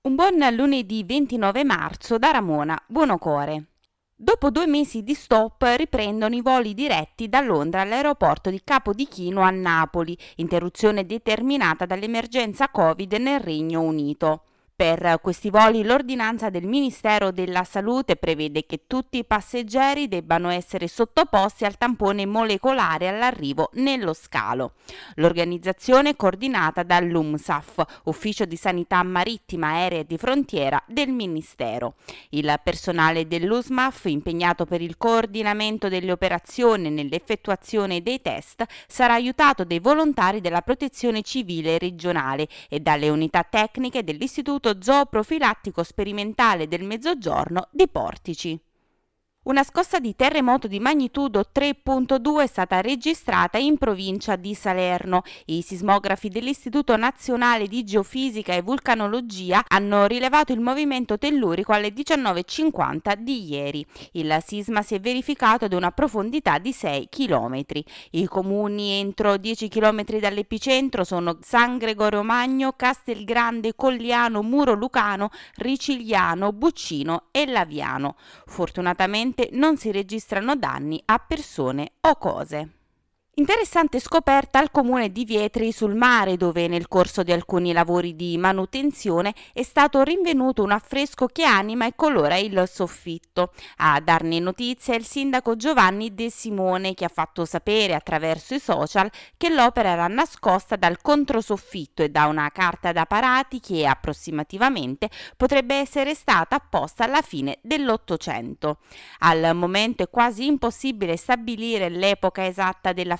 Un buon lunedì 29 marzo da Ramona Buonocore. Dopo 2 mesi di stop riprendono i voli diretti da Londra all'aeroporto di Capodichino a Napoli, interruzione determinata dall'emergenza Covid nel Regno Unito. Per questi voli l'ordinanza del Ministero della Salute prevede che tutti i passeggeri debbano essere sottoposti al tampone molecolare all'arrivo nello scalo. L'organizzazione è coordinata dall'UMSAF, Ufficio di Sanità Marittima, Aerea e di Frontiera del Ministero. Il personale dell'USMAF, impegnato per il coordinamento delle operazioni e nell'effettuazione dei test, sarà aiutato dai volontari della Protezione Civile regionale e dalle unità tecniche dell'Istituto Zooprofilattico Sperimentale del Mezzogiorno di Portici. Una scossa di terremoto di magnitudo 3.2 è stata registrata in provincia di Salerno. I sismografi dell'Istituto Nazionale di Geofisica e Vulcanologia hanno rilevato il movimento tellurico alle 19:50 di ieri. Il sisma si è verificato ad una profondità di 6 km. I comuni entro 10 km dall'epicentro sono San Gregorio Magno, Castelgrande, Colliano, Muro Lucano, Ricigliano, Buccino e Laviano. Fortunatamente non si registrano danni a persone o cose. Interessante scoperta al comune di Vietri sul Mare, dove nel corso di alcuni lavori di manutenzione è stato rinvenuto un affresco che anima e colora il soffitto. A darne notizia è il sindaco Giovanni De Simone, che ha fatto sapere attraverso i social che l'opera era nascosta dal controsoffitto e da una carta da parati che approssimativamente potrebbe essere stata apposta alla fine dell'Ottocento. Al momento è quasi impossibile stabilire l'epoca esatta dell'affresco,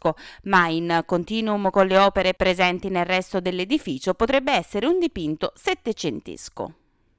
ma in continuum con le opere presenti nel resto dell'edificio potrebbe essere un dipinto settecentesco.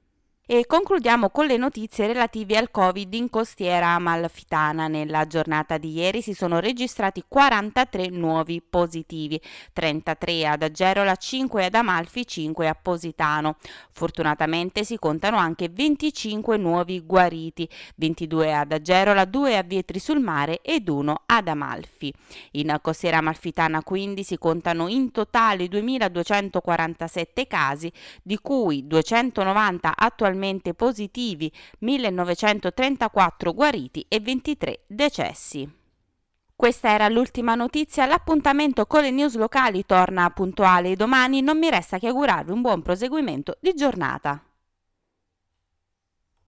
E concludiamo con le notizie relative al Covid in Costiera Amalfitana. Nella giornata di ieri si sono registrati 43 nuovi positivi, 33 ad Agerola, 5 ad Amalfi, 5 a Positano. Fortunatamente si contano anche 25 nuovi guariti, 22 ad Agerola, 2 a Vietri sul Mare ed 1 ad Amalfi. In Costiera Amalfitana quindi si contano in totale 2.247 casi, di cui 290 attualmente positivi, 1934 guariti e 23 decessi. Questa era l'ultima notizia, l'appuntamento con le news locali torna puntuale domani, non mi resta che augurarvi un buon proseguimento di giornata.